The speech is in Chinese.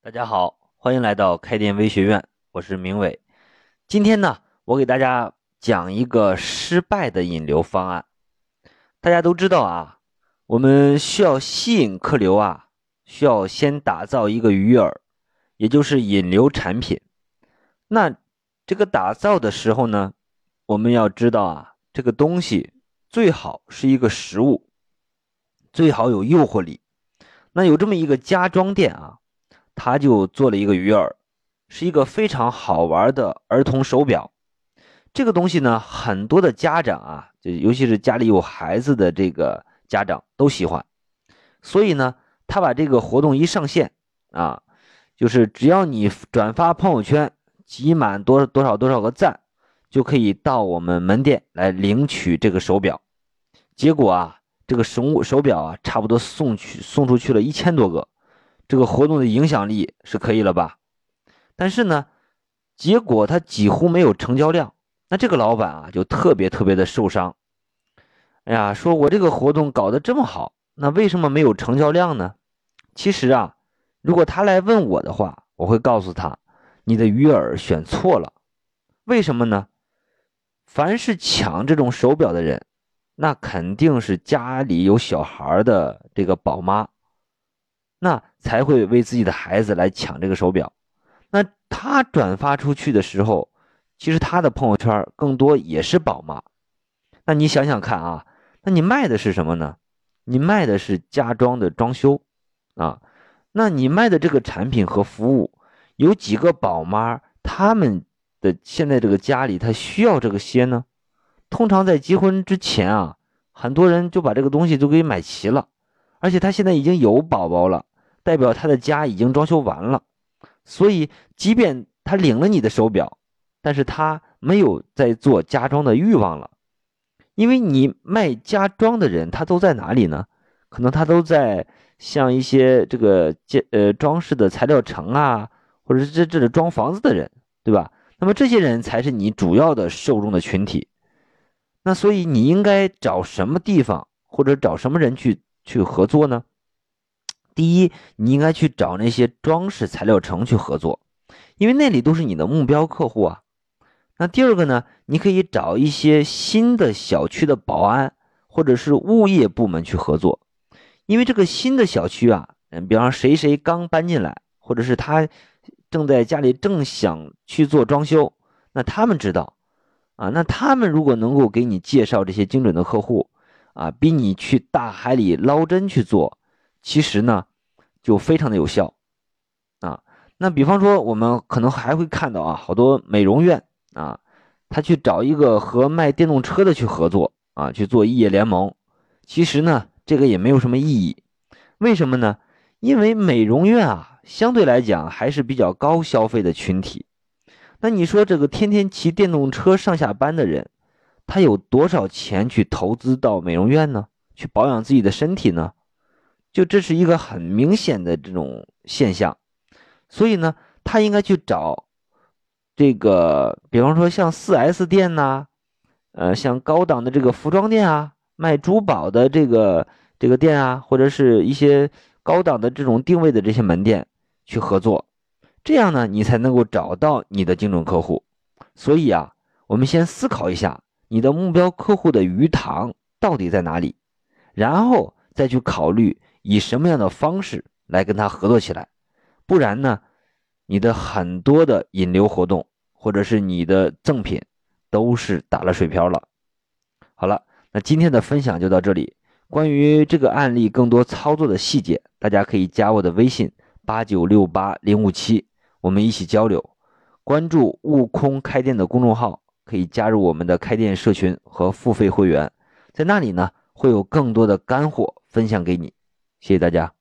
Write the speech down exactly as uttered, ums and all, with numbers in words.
大家好，欢迎来到开店微学院，我是明伟。今天呢，我给大家讲一个失败的引流方案。大家都知道啊，我们需要吸引客流啊，需要先打造一个鱼饵，也就是引流产品。那这个打造的时候呢，我们要知道啊，这个东西最好是一个实物，最好有诱惑力。那有这么一个家装店啊，他就做了一个鱼饵，是一个非常好玩的儿童手表。这个东西呢，很多的家长啊，就尤其是家里有孩子的这个家长都喜欢。所以呢，他把这个活动一上线啊，就是只要你转发朋友圈，集满多多少多少个赞，就可以到我们门店来领取这个手表。结果啊，这个手手表啊，差不多送去送出去了一千多个。这个活动的影响力是可以了吧？但是呢，结果他几乎没有成交量。那这个老板啊，就特别特别的受伤。哎呀，说我这个活动搞得这么好，那为什么没有成交量呢？其实啊，如果他来问我的话，我会告诉他，你的鱼饵选错了。为什么呢？凡是抢这种手表的人，那肯定是家里有小孩的这个宝妈，那才会为自己的孩子来抢这个手表。那他转发出去的时候，其实他的朋友圈更多也是宝妈。那你想想看啊，那你卖的是什么呢？你卖的是家装的装修啊。那你卖的这个产品和服务，有几个宝妈，他们的现在这个家里他需要这个些呢？通常在结婚之前啊，很多人就把这个东西都给买齐了，而且他现在已经有宝宝了，代表他的家已经装修完了。所以即便他领了你的手表，但是他没有在做家装的欲望了。因为你卖家装的人他都在哪里呢？可能他都在像一些这个建呃装饰的材料城啊，或者是这这装房子的人，对吧？那么这些人才是你主要的受众的群体。那所以你应该找什么地方或者找什么人去去合作呢？第一，你应该去找那些装饰材料城去合作，因为那里都是你的目标客户啊。那第二个呢，你可以找一些新的小区的保安或者是物业部门去合作，因为这个新的小区啊，嗯，比方说谁谁刚搬进来，或者是他正在家里正想去做装修，那他们知道啊，那他们如果能够给你介绍这些精准的客户啊，比你去大海里捞针去做，其实呢就非常的有效啊。那比方说我们可能还会看到啊，好多美容院啊，他去找一个和卖电动车的去合作啊，去做异业联盟。其实呢，这个也没有什么意义。为什么呢？因为美容院啊，相对来讲还是比较高消费的群体。那你说这个天天骑电动车上下班的人，他有多少钱去投资到美容院呢？去保养自己的身体呢？就这是一个很明显的这种现象。所以呢，他应该去找这个，比方说像 四 S 店呐、呃，像高档的这个服装店啊，卖珠宝的这个这个店啊，或者是一些高档的这种定位的这些门店去合作，这样呢，你才能够找到你的精准客户。所以啊，我们先思考一下你的目标客户的鱼塘到底在哪里，然后再去考虑以什么样的方式来跟他合作起来。不然呢，你的很多的引流活动或者是你的赠品都是打了水漂了。好了，那今天的分享就到这里。关于这个案例更多操作的细节，大家可以加我的微信八九六八零五七，我们一起交流。关注悟空开店的公众号，可以加入我们的开店社群和付费会员，在那里呢会有更多的干货分享给你。谢谢大家。